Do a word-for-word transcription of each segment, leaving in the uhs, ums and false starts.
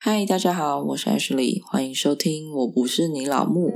嗨，大家好，我是 Ashley， 欢迎收听我不是你老木。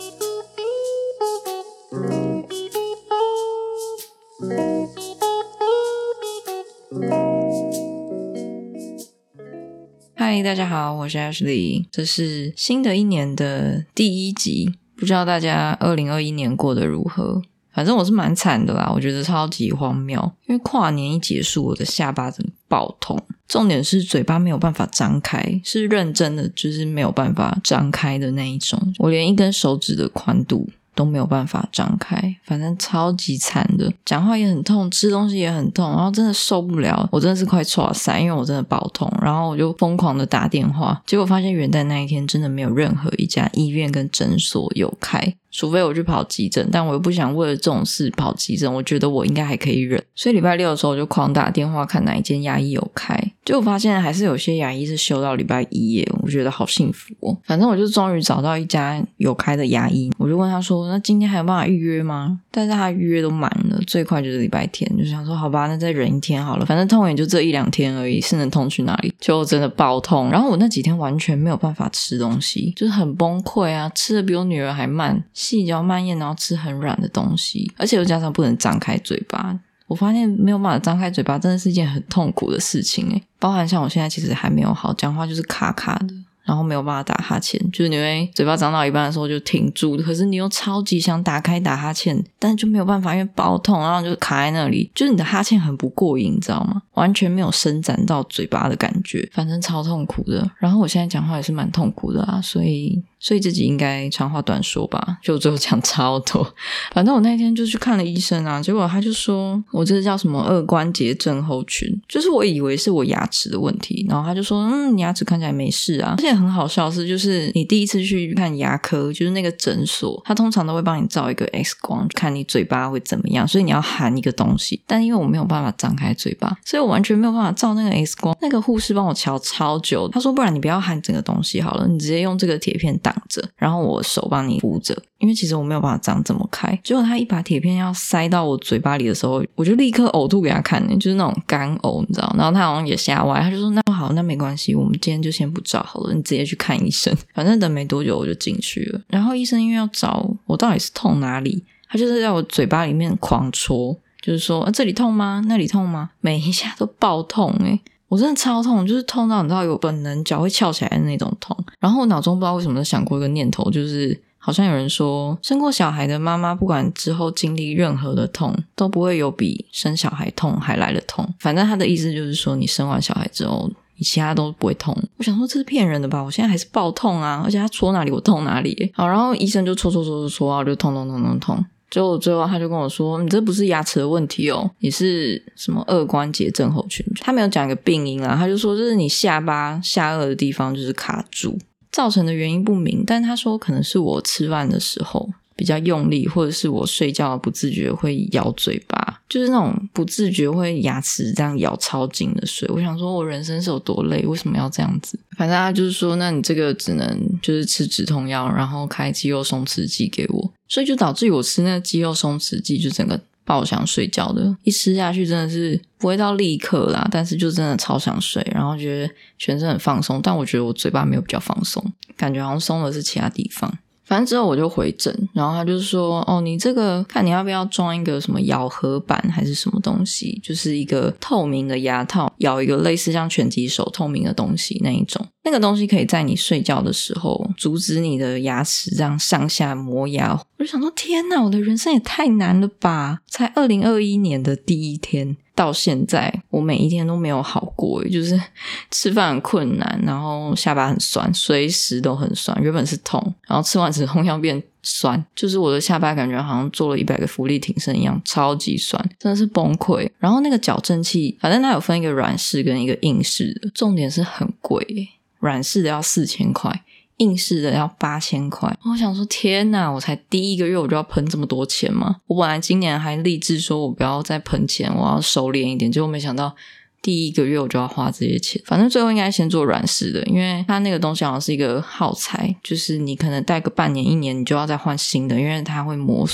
嗨，大家好，我是 Ashley， 这是新的一年的第一集，不知道大家二零二一年过得如何？反正我是蛮惨的啦，我觉得超级荒谬，因为跨年一结束，我的下巴整个爆痛，重点是嘴巴没有办法张开，是认真的，就是没有办法张开的那一种，我连一根手指的宽度都没有办法张开，反正超级惨的，讲话也很痛，吃东西也很痛，然后真的受不了，我真的是快剉赛，因为我真的爆痛，然后我就疯狂的打电话，结果发现元旦那一天真的没有任何一家医院跟诊所有开，除非我去跑急诊，但我又不想为了这种事跑急诊，我觉得我应该还可以忍，所以礼拜六的时候我就狂打电话看哪一间牙医有开，结果发现还是有些牙医是休到礼拜一耶，我觉得好幸福哦。反正我就终于找到一家有开的牙医，我就问他说那今天还有办法预约吗？但是他预约都满了，最快就是礼拜天，就想说好吧，那再忍一天好了，反正痛也就这一两天而已，是能痛去哪里，就真的爆痛，然后我那几天完全没有办法吃东西，就是很崩溃啊，吃的比我女儿还慢，细嚼慢咽，然后吃很软的东西，而且又加上不能张开嘴巴，我发现没有办法张开嘴巴真的是一件很痛苦的事情诶，包含像我现在其实还没有好，讲话就是卡卡的，然后没有办法打哈欠，就是你会嘴巴张到一半的时候就停住，可是你又超级想打开打哈欠，但就没有办法，因为爆痛，然后就卡在那里，就是你的哈欠很不过瘾，你知道吗？完全没有伸展到嘴巴的感觉，反正超痛苦的。然后我现在讲话也是蛮痛苦的啊，所以所以自己应该长话短说吧，就最后讲超多。反正我那天就去看了医生啊，结果他就说我这叫什么二关节症候群，就是我以为是我牙齿的问题，然后他就说嗯，你牙齿看起来没事啊。而且很好笑的是，就是你第一次去看牙科，就是那个诊所他通常都会帮你照一个 X 光，看你嘴巴会怎么样，所以你要含一个东西，但因为我没有办法张开嘴巴，所以我完全没有办法照那个 X 光，那个护士帮我瞧超久，他说不然你不要含整个东西好了，你直接用这个铁片挡着，然后我手帮你扶着，因为其实我没有办法张这么开。结果他一把铁片要塞到我嘴巴里的时候，我就立刻呕吐给他看，就是那种干呕你知道，然后他好像也吓歪，他就说那好，那没关系，我们今天就先不照好了，你直接去看医生。反正等没多久我就进去了，然后医生因为要找我到底是痛哪里，他就是在我嘴巴里面狂戳，就是说、啊、这里痛吗？那里痛吗？每一下都爆痛诶，我真的超痛，就是痛到你知道有本能脚会翘起来的那种痛。然后我脑中不知道为什么就想过一个念头，就是好像有人说生过小孩的妈妈不管之后经历任何的痛都不会有比生小孩痛还来的痛，反正他的意思就是说你生完小孩之后你其他都不会痛。我想说这是骗人的吧，我现在还是爆痛啊，而且他戳哪里我痛哪里耶。好，然后医生就戳戳戳戳戳，我就痛痛痛痛痛，结果最后他就跟我说你这不是牙齿的问题哦，你是什么二关节症候群，他没有讲一个病因啦，他就说这是你下巴下颚的地方就是卡住，造成的原因不明，但他说可能是我吃饭的时候比较用力，或者是我睡觉不自觉会咬嘴巴，就是那种不自觉会牙齿这样咬超紧的睡。我想说我人生是有多累，为什么要这样子？反正他就是说那你这个只能就是吃止痛药，然后开肌肉松弛剂给我，所以就导致于我吃那个肌肉松弛剂就整个爆想睡觉的，一吃下去真的是不会到立刻啦，但是就真的超想睡，然后觉得全身很放松，但我觉得我嘴巴没有比较放松，感觉好像松的是其他地方。反正之后我就回诊，然后他就说哦，你这个看你要不要装一个什么咬合板还是什么东西，就是一个透明的牙套，咬一个类似像拳击手透明的东西那一种，那个东西可以在你睡觉的时候阻止你的牙齿这样上下磨牙。我就想说天哪，我的人生也太难了吧，才二零二一年的第一天到现在我每一天都没有好过，就是吃饭很困难，然后下巴很酸，随时都很酸，原本是痛，然后吃完止痛药变酸，就是我的下巴感觉好像做了一百个伏地挺身一样，超级酸，真的是崩溃。然后那个矫正器反正它有分一个软式跟一个硬式的，重点是很贵耶，软式的要四千块，硬式的要八千块。我想说天哪，我才第一个月我就要喷这么多钱吗？我本来今年还立志说我不要再喷钱，我要收敛一点，结果没想到第一个月我就要花这些钱。反正最后应该先做软式的，因为它那个东西好像是一个耗材，就是你可能戴个半年一年你就要再换新的，因为它会磨损。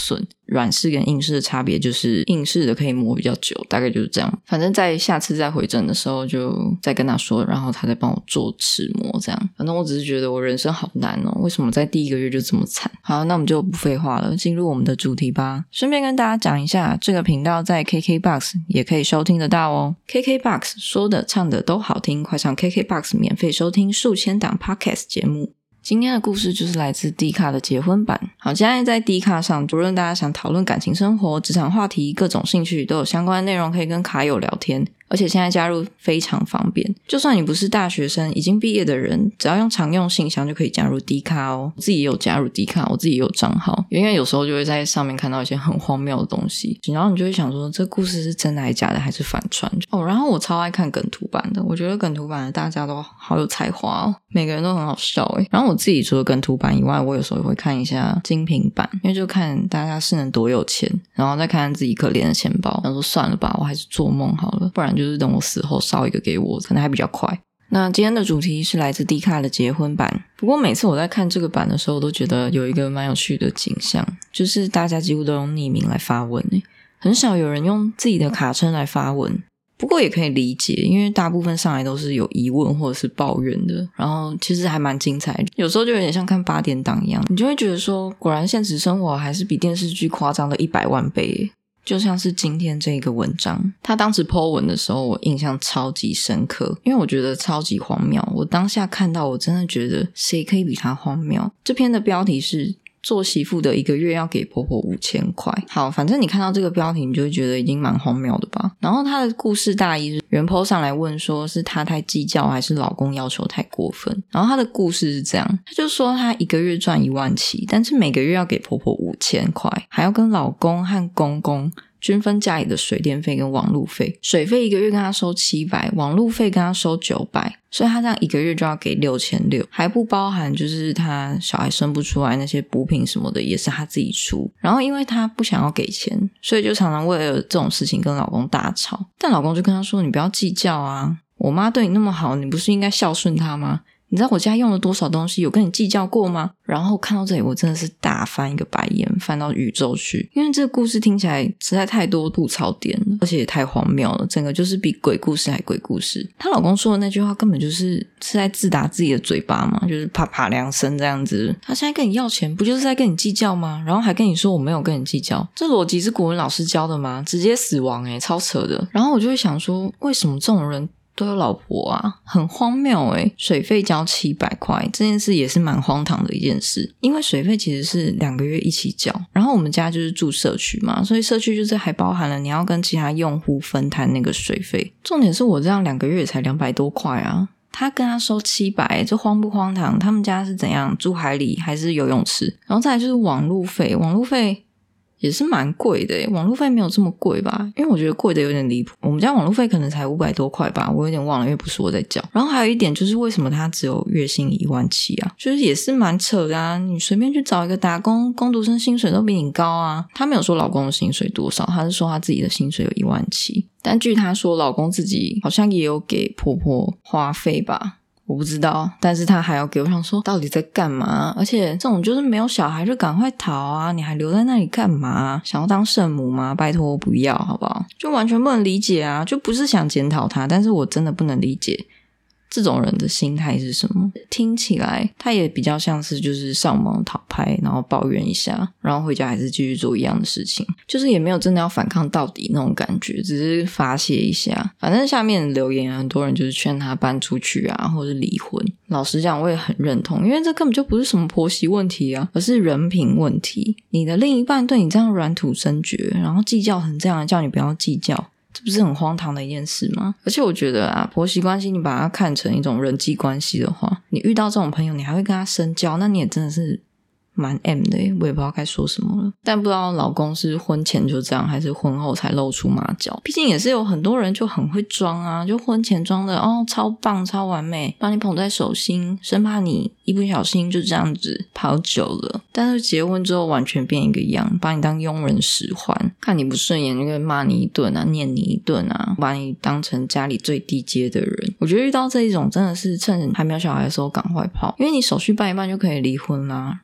软式跟硬式的差别就是硬式的可以磨比较久，大概就是这样。反正在下次再回诊的时候就再跟他说，然后他再帮我做齿模这样。反正我只是觉得我人生好难哦，为什么在第一个月就这么惨。好，那我们就不废话了，进入我们的主题吧。顺便跟大家讲一下，这个频道在 K K B O X 也可以收听得到哦。 K K B O X 说的唱的都好听，快上 K K B O X 免费收听数千档 Podcast 节目。今天的故事就是来自 D 卡的结婚版。好，现在在 D 卡上，不论大家想讨论感情生活、职场话题、各种兴趣，都有相关的内容可以跟卡友聊天。而且现在加入非常方便，就算你不是大学生，已经毕业的人，只要用常用信箱就可以加入 D 卡哦。我自己也有加入 D 卡，我自己也有账号，因为有时候就会在上面看到一些很荒谬的东西，然后你就会想说这故事是真的还是假的，还是反串哦。然后我超爱看梗图版的，我觉得梗图版的大家都好有才华哦，每个人都很好笑诶。然后我自己除了梗图版以外，我有时候也会看一下精品版，因为就看大家是能多有钱，然后再看看自己可怜的钱包，想说算了吧，我还是做梦好了，不然就是等我死后烧一个给我，可能还比较快。那今天的主题是来自 D 卡的结婚版。不过每次我在看这个版的时候，我都觉得有一个蛮有趣的景象，就是大家几乎都用匿名来发文耶，很少有人用自己的卡称来发文。不过也可以理解，因为大部分上来都是有疑问或者是抱怨的，然后其实还蛮精彩的，有时候就有点像看八点档一样，你就会觉得说果然现实生活还是比电视剧夸张了一百万倍耶。就像是今天这个文章，他当时 po 文的时候我印象超级深刻，因为我觉得超级荒谬，我当下看到我真的觉得谁可以比他荒谬。这篇的标题是做媳妇的一个月要给婆婆五千块。好，反正你看到这个标题你就会觉得已经蛮荒谬的吧。然后他的故事大意是原 po 上来问说是他太计较还是老公要求太过分。然后他的故事是这样，他就说他一个月赚一万七，但是每个月要给婆婆五千块，还要跟老公和公公均分家里的水电费跟网路费。水费一个月跟他收七百，网路费跟他收九百，所以他这样一个月就要给六千六，还不包含就是他小孩生不出来那些补品什么的也是他自己出。然后因为他不想要给钱，所以就常常为了这种事情跟老公大吵，但老公就跟他说你不要计较啊，我妈对你那么好，你不是应该孝顺她吗？你知道我家用了多少东西，有跟你计较过吗？然后看到这里我真的是大翻一个白眼，翻到宇宙去，因为这个故事听起来实在太多吐槽点了，而且也太荒谬了，整个就是比鬼故事还鬼故事。她老公说的那句话根本就是是在自打自己的嘴巴嘛，就是啪啪两声这样子。他现在跟你要钱不就是在跟你计较吗？然后还跟你说我没有跟你计较，这逻辑是国文老师教的吗？直接死亡耶，超扯的。然后我就会想说为什么这种人都有老婆啊，很荒谬诶。水费交七百块这件事也是蛮荒唐的一件事，因为水费其实是两个月一起交，然后我们家就是住社区嘛，所以社区就是还包含了你要跟其他用户分摊那个水费。重点是我这样两个月才两百多块啊，他跟他收七百，这荒不荒唐？他们家是怎样，住海里还是游泳池？然后再来就是网路费，网路费也是蛮贵的耶，网路费没有这么贵吧，因为我觉得贵的有点离谱。我们家网路费可能才五百多块吧，我有点忘了，因为不是我在缴。然后还有一点就是为什么他只有月薪一万七啊，就是也是蛮扯的啊，你随便去找一个打工工读生薪水都比你高啊。他没有说老公的薪水多少，他是说他自己的薪水有一万七，但据他说老公自己好像也有给婆婆花费吧，我不知道，但是他还要给我，想说到底在干嘛？而且这种就是没有小孩就赶快逃啊，你还留在那里干嘛？想要当圣母吗？拜托不要好不好？就完全不能理解啊，就不是想检讨他，但是我真的不能理解这种人的心态是什么。听起来他也比较像是就是上网讨拍，然后抱怨一下，然后回家还是继续做一样的事情，就是也没有真的要反抗到底那种感觉，只是发泄一下。反正下面留言很多人就是劝他搬出去啊，或是离婚。老实讲我也很认同，因为这根本就不是什么婆媳问题啊，而是人品问题。你的另一半对你这样软土深掘，然后计较成这样，叫你不要计较，这不是很荒唐的一件事吗？而且我觉得啊，婆媳关系你把它看成一种人际关系的话，你遇到这种朋友你还会跟他深交，那你也真的是蛮 M 的耶，我也不知道该说什么了。但不知道老公是婚前就这样还是婚后才露出马脚，毕竟也是有很多人就很会装啊，就婚前装的哦超棒超完美，把你捧在手心，生怕你一不小心就这样子跑久了，但是结婚之后完全变一个样，把你当佣人使唤，看你不顺眼就会骂你一顿啊，念你一顿啊，把你当成家里最低阶的人。我觉得遇到这一种真的是趁还没有小孩的时候赶快跑，因为你手续办一办就可以离婚啦。如果你还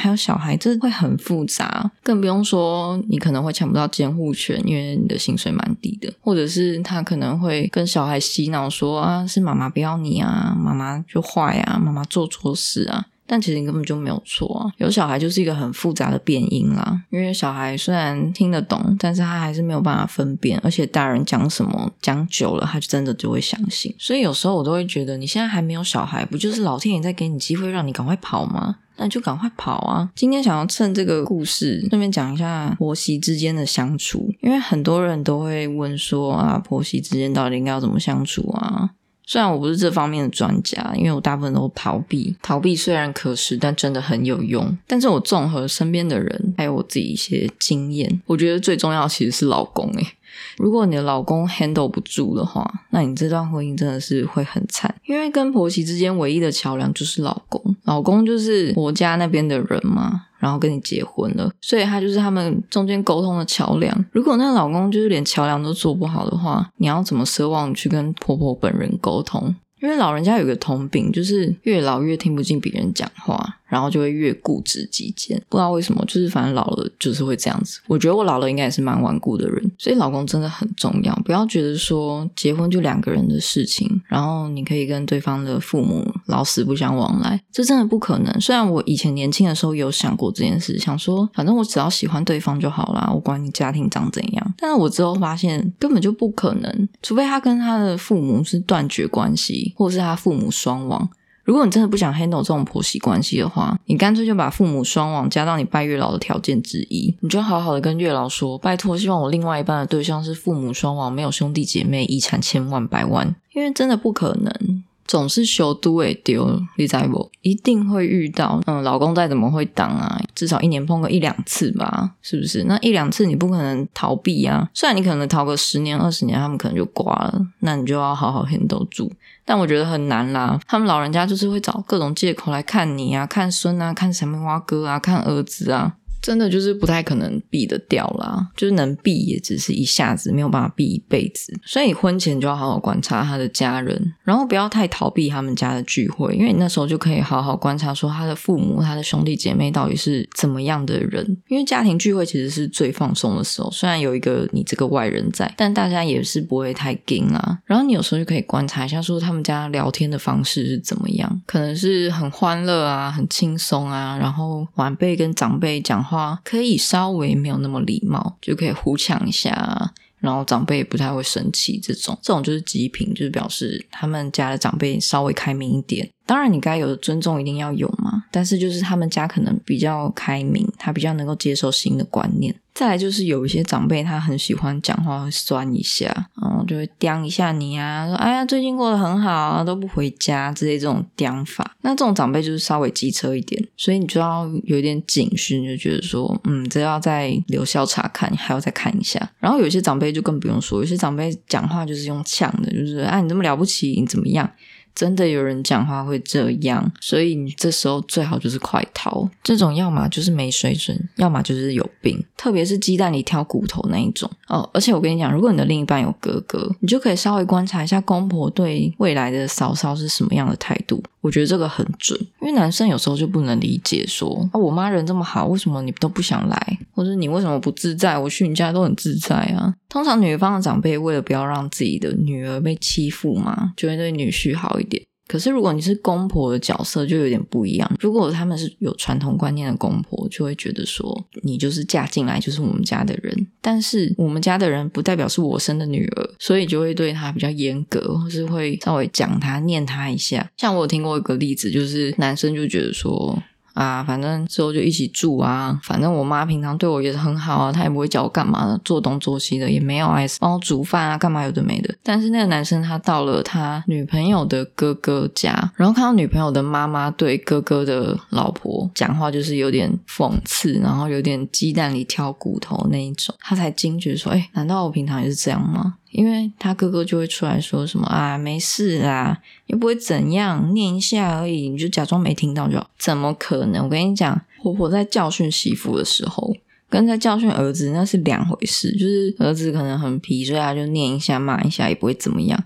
还有小孩，这会很复杂，更不用说你可能会抢不到监护权，因为你的薪水蛮低的，或者是他可能会跟小孩洗脑说啊，是妈妈不要你啊，妈妈就坏啊，妈妈做错事啊，但其实你根本就没有错啊。有小孩就是一个很复杂的变因啦，因为小孩虽然听得懂，但是他还是没有办法分辨，而且大人讲什么讲久了他就真的就会相信。所以有时候我都会觉得你现在还没有小孩，不就是老天爷在给你机会让你赶快跑吗？那你就赶快跑啊。今天想要趁这个故事顺便讲一下婆媳之间的相处，因为很多人都会问说啊，婆媳之间到底应该要怎么相处啊。虽然我不是这方面的专家，因为我大部分都逃避逃避虽然可耻，但真的很有用。但是我综合身边的人还有我自己一些经验，我觉得最重要的其实是老公诶、欸如果你的老公 handle 不住的话，那你这段婚姻真的是会很惨，因为跟婆媳之间唯一的桥梁就是老公，老公就是婆家那边的人嘛，然后跟你结婚了，所以他就是他们中间沟通的桥梁。如果那个老公就是连桥梁都做不好的话，你要怎么奢望去跟婆婆本人沟通？因为老人家有一个通病，就是越老越听不进别人讲话，然后就会越固执己见，不知道为什么，就是反正老了就是会这样子。我觉得我老了应该也是蛮顽固的人，所以老公真的很重要。不要觉得说结婚就两个人的事情，然后你可以跟对方的父母老死不相往来，这真的不可能。虽然我以前年轻的时候有想过这件事，想说反正我只要喜欢对方就好啦，我管你家庭长怎样，但是我之后发现根本就不可能，除非他跟他的父母是断绝关系，或是他父母双亡。如果你真的不想 handle 这种婆媳关系的话，你干脆就把父母双亡加到你拜月老的条件之一，你就好好的跟月老说，拜托希望我另外一半的对象是父母双亡，没有兄弟姐妹，遗产千万百万，因为真的不可能，总是修都会丢，你知不？一定会遇到。嗯，老公再怎么会当啊，至少一年碰个一两次吧，是不是？那一两次你不可能逃避啊。虽然你可能逃个十年二十年，他们可能就挂了，那你就要好好 handle 住。但我觉得很难啦，他们老人家就是会找各种借口来看你啊，看孙啊，看什么蛙哥啊，看儿子啊。真的就是不太可能避得掉啦，就是能避也只是一下子，没有办法避一辈子。所以婚前就要好好观察他的家人，然后不要太逃避他们家的聚会，因为你那时候就可以好好观察说他的父母他的兄弟姐妹到底是怎么样的人。因为家庭聚会其实是最放松的时候，虽然有一个你这个外人在，但大家也是不会太硬啦。然后你有时候就可以观察一下说他们家聊天的方式是怎么样，可能是很欢乐啊，很轻松啊，然后晚辈跟长辈讲话可以稍微没有那么礼貌，就可以互呛一下，然后长辈也不太会生气，这种这种就是极品，就是表示他们家的长辈稍微开明一点。当然你该有的尊重一定要有嘛，但是就是他们家可能比较开明，他比较能够接受新的观念。再来就是有一些长辈他很喜欢讲话会酸一下，嗯，就会刁一下你啊，说哎呀最近过得很好啊，都不回家之类这种刁法。那这种长辈就是稍微机车一点，所以你就要有点警讯，就觉得说嗯，这要再留校察看，还要再看一下。然后有些长辈就更不用说，有些长辈讲话就是用呛的，就是哎你这么了不起你怎么样，真的有人讲话会这样，所以你这时候最好就是快逃。这种要么就是没水准，要么就是有病，特别是鸡蛋里挑骨头那一种哦。而且我跟你讲，如果你的另一半有哥哥，你就可以稍微观察一下公婆对未来的嫂嫂是什么样的态度，我觉得这个很准。因为男生有时候就不能理解说啊，我妈人这么好，为什么你都不想来，或者你为什么不自在，我去你家都很自在啊。通常女方的长辈为了不要让自己的女儿被欺负嘛，就会对女婿好一点。可是如果你是公婆的角色就有点不一样，如果他们是有传统观念的公婆，就会觉得说你就是嫁进来就是我们家的人，但是我们家的人不代表是我生的女儿，所以就会对他比较严格，或是会稍微讲他念他一下。像我有听过一个例子，就是男生就觉得说啊，反正之后就一起住啊，反正我妈平常对我也是很好啊，她也不会叫我干嘛的，做东做西的也没有，还是帮我煮饭啊，干嘛有的没的。但是那个男生他到了他女朋友的哥哥家，然后看到女朋友的妈妈对哥哥的老婆讲话就是有点讽刺，然后有点鸡蛋里挑骨头那一种，他才惊觉说诶，难道我平常也是这样吗？因为他哥哥就会出来说什么啊，没事啦，又不会怎样，念一下而已，你就假装没听到就好。怎么可能？我跟你讲，婆婆在教训媳妇的时候跟在教训儿子那是两回事，就是儿子可能很皮，所以他就念一下骂一下也不会怎么样，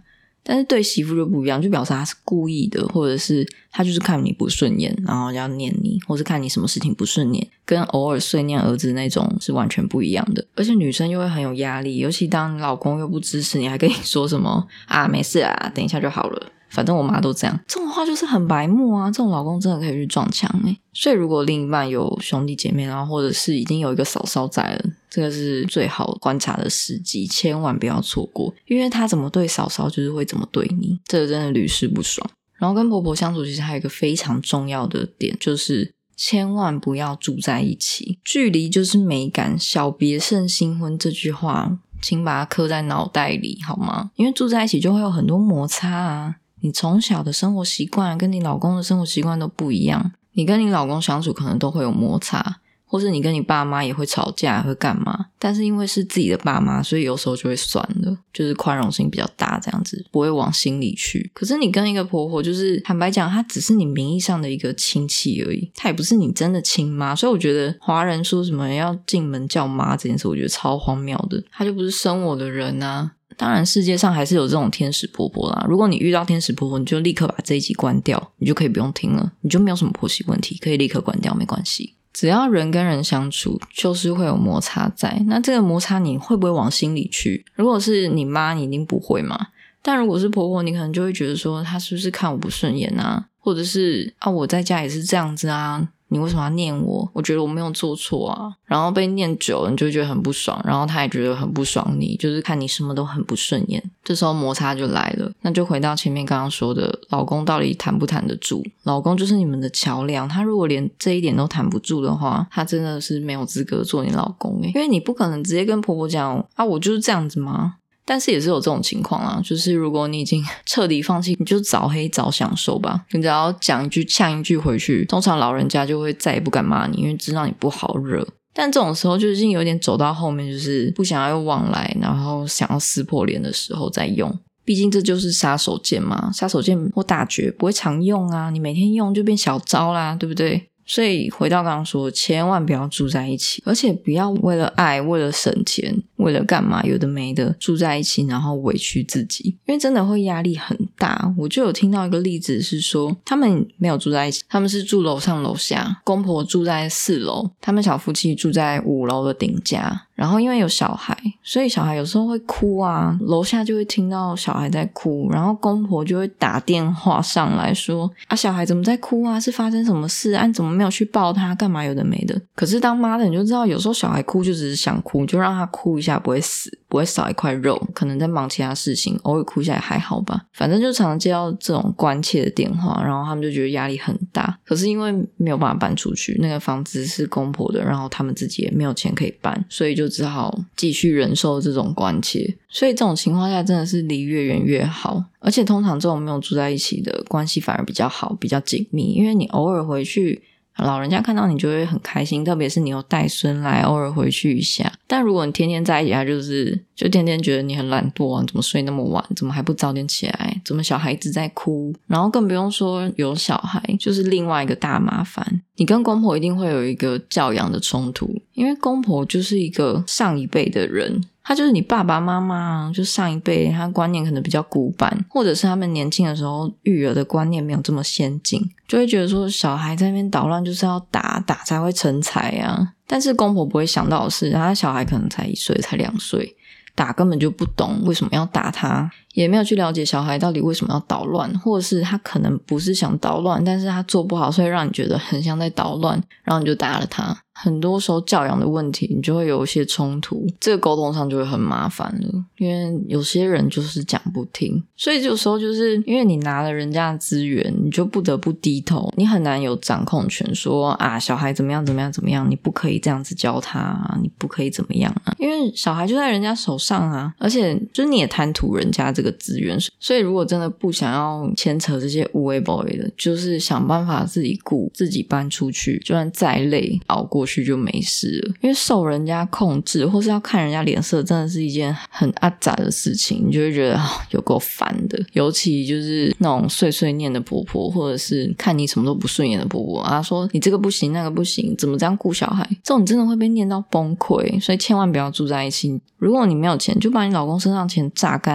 但是对媳妇就不一样，就表示他是故意的，或者是他就是看你不顺眼然后要念你，或是看你什么事情不顺眼，跟偶尔碎念儿子那种是完全不一样的。而且女生又会很有压力，尤其当老公又不支持你，还跟你说什么啊没事啊等一下就好了，反正我妈都这样，这种话就是很白目啊，这种老公真的可以去撞墙欸。所以如果另一半有兄弟姐妹，然后或者是已经有一个嫂嫂在了，这个是最好观察的时机，千万不要错过，因为他怎么对嫂嫂就是会怎么对你，这个真的屡试不爽。然后跟婆婆相处其实还有一个非常重要的点，就是千万不要住在一起，距离就是美感，小别胜新婚这句话请把它刻在脑袋里好吗？因为住在一起就会有很多摩擦啊，你从小的生活习惯跟你老公的生活习惯都不一样，你跟你老公相处可能都会有摩擦，或是你跟你爸妈也会吵架也会干嘛，但是因为是自己的爸妈，所以有时候就会算了，就是宽容性比较大这样子，不会往心里去。可是你跟一个婆婆，就是坦白讲她只是你名义上的一个亲戚而已，她也不是你真的亲妈，所以我觉得华人说什么要进门叫妈这件事我觉得超荒谬的，她就不是生我的人啊。当然世界上还是有这种天使婆婆啦，如果你遇到天使婆婆，你就立刻把这一集关掉，你就可以不用听了，你就没有什么婆媳问题，可以立刻关掉没关系。只要人跟人相处就是会有摩擦在，那这个摩擦你会不会往心里去？如果是你妈你一定不会嘛，但如果是婆婆你可能就会觉得说她是不是看我不顺眼啊，或者是啊我在家也是这样子啊，你为什么要念我？我觉得我没有做错啊，然后被念久了你就会觉得很不爽，然后他也觉得很不爽你，就是看你什么都很不顺眼，这时候摩擦就来了。那就回到前面刚刚说的，老公到底谈不谈得住？老公就是你们的桥梁，他如果连这一点都谈不住的话，他真的是没有资格做你老公耶，因为你不可能直接跟婆婆讲啊我就是这样子吗？但是也是有这种情况啦，就是如果你已经彻底放弃，你就早黑早享受吧，你只要讲一句呛一句回去，通常老人家就会再也不敢骂你，因为知道你不好惹。但这种时候就已经有点走到后面，就是不想要有往来，然后想要撕破脸的时候再用，毕竟这就是杀手锏嘛，杀手锏或大绝不会常用啊，你每天用就变小招啦，对不对？所以回到刚刚说，千万不要住在一起，而且不要为了爱，为了省钱，为了干嘛有的没的住在一起，然后委屈自己，因为真的会压力很大。我就有听到一个例子是说，他们没有住在一起，他们是住楼上楼下，公婆住在四楼，他们小夫妻住在五楼的顶家。然后因为有小孩，所以小孩有时候会哭啊，楼下就会听到小孩在哭，然后公婆就会打电话上来说啊，小孩怎么在哭啊，是发生什么事啊，你怎么没有去抱他，干嘛有的没的。可是当妈的你就知道，有时候小孩哭就只是想哭，就让他哭一下不会死，不会少一块肉，可能在忙其他事情，偶尔哭一下也还好吧。反正就常常接到这种关切的电话，然后他们就觉得压力很大，可是因为没有办法搬出去，那个房子是公婆的，然后他们自己也没有钱可以搬，所以就只好继续忍受这种关切。所以这种情况下真的是离越远越好，而且通常这种没有住在一起的关系反而比较好，比较紧密，因为你偶尔回去老人家看到你就会很开心，特别是你有带孙来偶尔回去一下。但如果你天天在一起，他就是就天天觉得你很懒惰啊，怎么睡那么晚，怎么还不早点起来，怎么小孩一直在哭，然后更不用说有小孩，就是另外一个大麻烦。你跟公婆一定会有一个教养的冲突，因为公婆就是一个上一辈的人，他就是你爸爸妈妈，就上一辈他观念可能比较古板，或者是他们年轻的时候育儿的观念没有这么先进，就会觉得说小孩在那边捣乱就是要打，打才会成才啊。但是公婆不会想到的是，他小孩可能才一岁才两岁，打根本就不懂为什么要打他，也没有去了解小孩到底为什么要捣乱，或者是他可能不是想捣乱，但是他做不好，所以让你觉得很像在捣乱，然后你就打了他。很多时候教养的问题你就会有一些冲突，这个沟通上就会很麻烦了，因为有些人就是讲不听，所以有时候就是因为你拿了人家的资源，你就不得不低头，你很难有掌控权说啊小孩怎么样怎么样怎么样，你不可以这样子教他啊，你不可以怎么样啊，因为小孩就在人家手上啊，而且就是你也贪图人家这个资源，所以如果真的不想要牵扯这些无谓 boy 的，就是想办法自己顾，自己搬出去，就算再累熬过去就没事了。因为受人家控制或是要看人家脸色真的是一件很阿杂的事情，你就会觉得、哦、有够烦的。尤其就是那种碎碎念的婆婆，或者是看你什么都不顺眼的婆婆啊，说你这个不行那个不行，怎么这样顾小孩，这种你真的会被念到崩溃，所以千万不要住在一起。如果你没有钱，就把你老公身上钱榨干，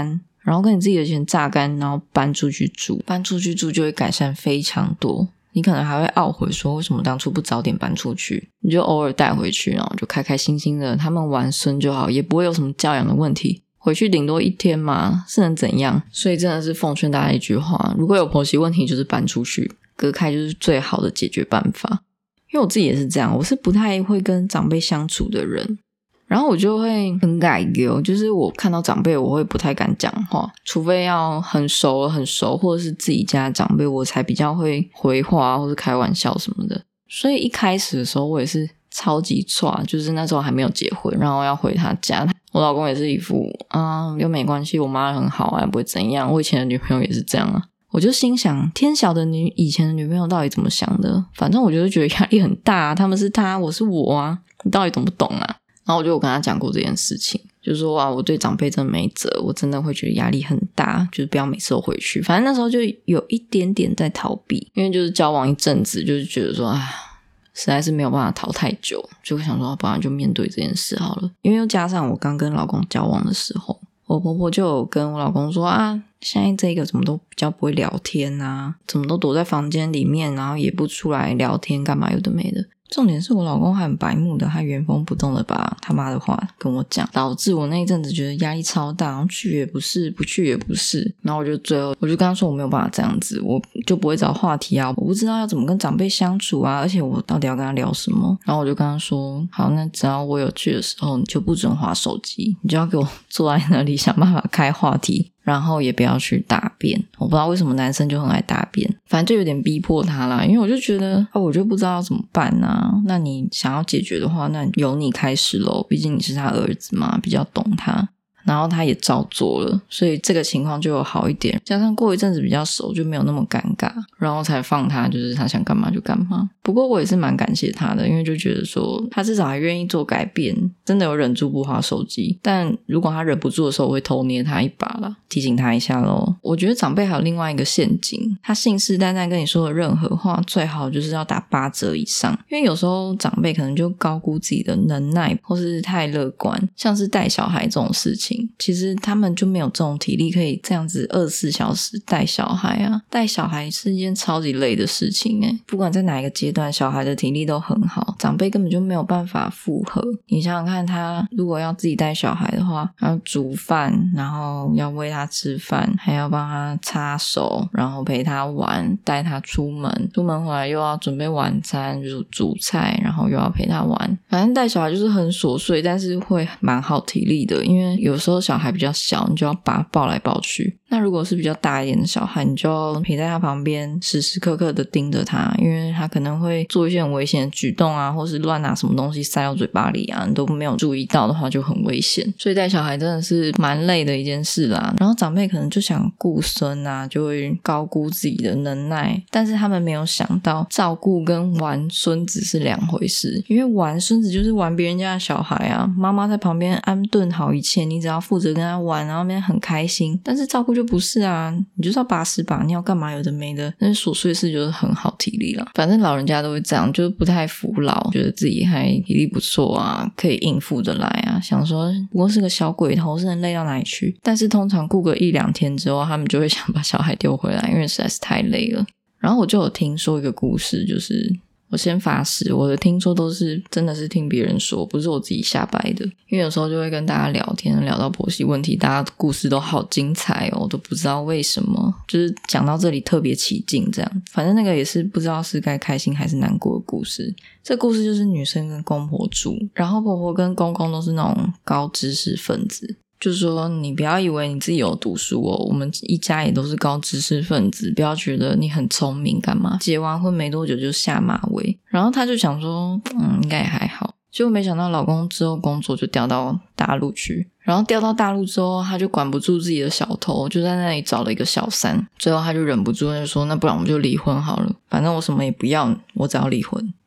然后跟你自己的钱榨干，然后搬出去住，搬出去住就会改善非常多。你可能还会懊悔说为什么当初不早点搬出去，你就偶尔带回去，然后就开开心心的他们玩孙就好，也不会有什么教养的问题，回去顶多一天嘛，是能怎样？所以真的是奉劝大家一句话，如果有婆媳问题就是搬出去，隔开就是最好的解决办法。因为我自己也是这样，我是不太会跟长辈相处的人，然后我就会很改丢，就是我看到长辈我会不太敢讲话，除非要很熟很熟，或者是自己家的长辈我才比较会回话或是开玩笑什么的。所以一开始的时候我也是超级挫，就是那时候还没有结婚，然后要回他家，我老公也是一副啊又没关系，我妈很好啊，不会怎样，我以前的女朋友也是这样啊。我就心想天晓得你以前的女朋友到底怎么想的，反正我就是觉得压力很大啊，他们是他我是我啊，你到底懂不懂啊？然后我就有跟他讲过这件事情，就是说啊，我对长辈真的没辙，我真的会觉得压力很大，就是不要每次都回去。反正那时候就有一点点在逃避，因为就是交往一阵子，就是觉得说啊，实在是没有办法逃太久，就想说不然就面对这件事好了。因为又加上我刚跟老公交往的时候，我婆婆就有跟我老公说啊，现在这个怎么都比较不会聊天啊，怎么都躲在房间里面，然后也不出来聊天干嘛有的没的。重点是我老公还很白目的，他原封不动的把他妈的话跟我讲，导致我那一阵子觉得压力超大，然后去也不是，不去也不是，然后我就最后我就跟他说我没有办法这样子，我就不会找话题啊，我不知道要怎么跟长辈相处啊，而且我到底要跟他聊什么。然后我就跟他说好，那只要我有去的时候你就不准滑手机，你就要给我坐在那里想办法开话题，然后也不要去大便。我不知道为什么男生就很爱大便，反正就有点逼迫他啦，因为我就觉得啊，我就不知道要怎么办啊。那你想要解决的话，那由你开始咯，毕竟你是他儿子嘛，比较懂他。然后他也照做了，所以这个情况就有好一点，加上过一阵子比较熟，就没有那么尴尬，然后才放他，就是他想干嘛就干嘛。不过我也是蛮感谢他的，因为就觉得说他至少还愿意做改变，真的有忍住不滑手机。但如果他忍不住的时候，我会偷捏他一把啦，提醒他一下咯。我觉得长辈还有另外一个陷阱，他信誓旦旦跟你说的任何话最好就是要打八折以上，因为有时候长辈可能就高估自己的能耐，或是太乐观，像是带小孩这种事情，其实他们就没有这种体力可以这样子二十四小时带小孩啊。带小孩是一件超级累的事情诶，不管在哪一个阶段小孩的体力都很好，长辈根本就没有办法负荷。你想想看，他如果要自己带小孩的话，要煮饭，然后要喂他吃饭，还要帮他擦手，然后陪他玩，带他出门，出门回来又要准备晚餐，就是煮菜，然后又要陪他玩。反正带小孩就是很琐碎，但是会蛮耗体力的，因为有时候小孩比较小，你就要把他抱来抱去。那如果是比较大一点的小孩，你就要陪在他旁边，时时刻刻的盯着他，因为他可能会做一些很危险的举动啊，或是乱拿什么东西塞到嘴巴里啊，你都没有注意到的话就很危险。所以带小孩真的是蛮累的一件事啦。然后长辈可能就想顾孙啊，就会高估自己的能耐，但是他们没有想到照顾跟玩孙子是两回事。因为玩孙子就是玩别人家的小孩啊，妈妈在旁边安顿好一切，你只要负责跟他玩，然后那边很开心。但是照顾就不是啊，你就是要把屎把尿干嘛有的没的，但是琐碎事就是很耗体力啦。反正老人家都会这样，就是不太服老，觉得自己还体力不错啊，可以应付得来啊，想说不过是个小鬼头，是能累到哪里去。但是通常顾个一两天之后，他们就会想把小孩丢回来，因为实在是太累了。然后我就有听说一个故事，就是我先发誓，我的听说都是真的是听别人说，不是我自己瞎掰的。因为有时候就会跟大家聊天，聊到婆媳问题，大家的故事都好精彩哦，我都不知道为什么，就是讲到这里特别起劲这样。反正那个也是不知道是该开心还是难过的故事。这故事就是女生跟公婆住，然后婆婆跟公公都是那种高知识分子，就是说你不要以为你自己有读书哦，我们一家也都是高知识分子，不要觉得你很聪明干嘛。结完婚没多久就下马威，然后他就想说嗯，应该也还好。结果没想到老公之后工作就调到大陆去，然后调到大陆之后他就管不住自己的小头，就在那里找了一个小三。最后他就忍不住就说那不然我们就离婚好了，反正我什么也不要，我只要离婚。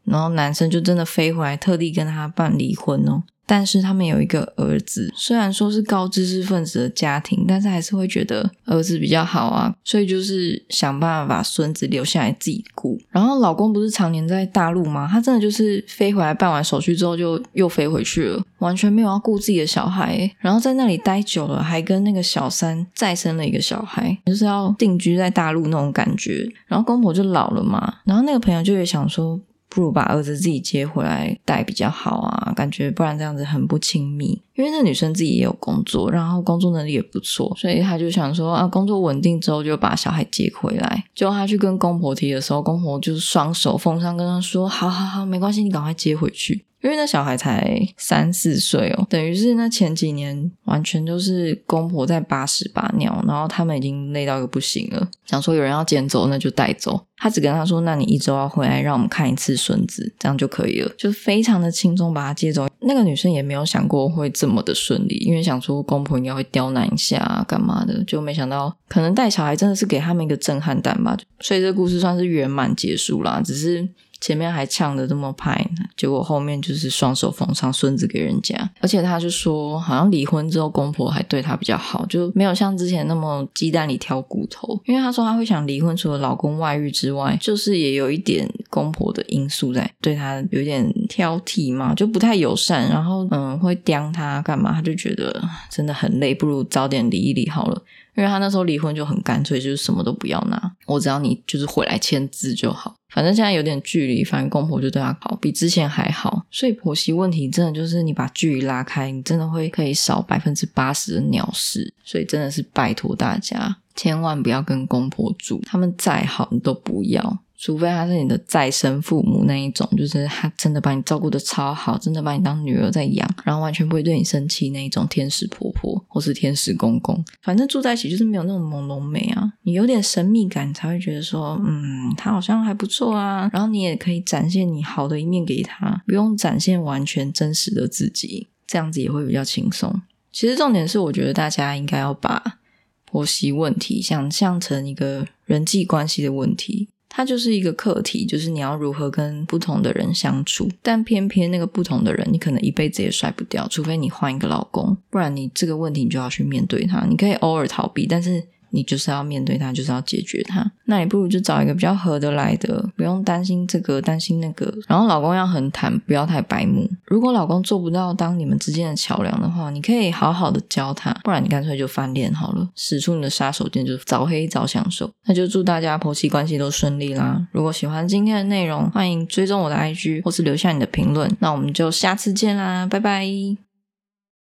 然后男生就真的飞回来特地跟他办离婚哦。但是他们有一个儿子，虽然说是高知识分子的家庭，但是还是会觉得儿子比较好啊，所以就是想办法把孙子留下来自己顾。然后老公不是常年在大陆吗？他真的就是飞回来办完手续之后就又飞回去了，完全没有要顾自己的小孩耶。然后在那里待久了，还跟那个小三再生了一个小孩，就是要定居在大陆那种感觉。然后公婆就老了嘛，然后那个朋友就也想说，不如把儿子自己接回来带比较好啊，感觉不然这样子很不亲密。因为那女生自己也有工作，然后工作能力也不错，所以她就想说啊，工作稳定之后就把小孩接回来。结果她去跟公婆提的时候，公婆就是双手奉上跟她说，好好好，没关系，你赶快接回去。因为那小孩才三四岁哦，等于是那前几年完全都是公婆在把屎把尿，然后他们已经累到一个不行了，想说有人要捡走那就带走。他只跟他说，那你一周要回来让我们看一次孙子，这样就可以了，就非常的轻松把他接走。那个女生也没有想过会这么的顺利，因为想说公婆应该会刁难一下啊干嘛的，就没想到可能带小孩真的是给他们一个震撼弹吧。所以这故事算是圆满结束啦，只是前面还呛得这么派，结果后面就是双手奉上孙子给人家。而且他就说好像离婚之后公婆还对他比较好，就没有像之前那么鸡蛋里挑骨头。因为他说他会想离婚，除了老公外遇之外，就是也有一点公婆的因素在，对他有点挑剔嘛，就不太友善，然后嗯会刁他干嘛，他就觉得真的很累，不如早点离一离好了。因为他那时候离婚就很干脆，就是什么都不要拿，我只要你就是回来签字就好，反正现在有点距离，反正公婆就对他好，比之前还好。所以婆媳问题真的就是你把距离拉开，你真的会可以少 百分之八十 的鸟事。所以真的是拜托大家千万不要跟公婆住，他们再好你都不要，除非他是你的再生父母那一种，就是他真的把你照顾得超好，真的把你当女儿在养，然后完全不会对你生气那一种天使婆婆或是天使公公。反正住在一起就是没有那种朦胧美啊，你有点神秘感才会觉得说嗯，他好像还不错啊，然后你也可以展现你好的一面给他，不用展现完全真实的自己，这样子也会比较轻松。其实重点是我觉得大家应该要把婆媳问题想象成一个人际关系的问题，它就是一个课题，就是你要如何跟不同的人相处，但偏偏那个不同的人你可能一辈子也甩不掉，除非你换一个老公，不然你这个问题你就要去面对它。你可以偶尔逃避，但是你就是要面对它，就是要解决它。那你不如就找一个比较合得来的，不用担心这个担心那个，然后老公要很坦，不要太白目。如果老公做不到当你们之间的桥梁的话，你可以好好的教他，不然你干脆就翻脸好了，使出你的杀手锏，就是早黑早享受。那就祝大家婆媳关系都顺利啦。如果喜欢今天的内容，欢迎追踪我的 I G 或是留下你的评论，那我们就下次见啦，拜拜。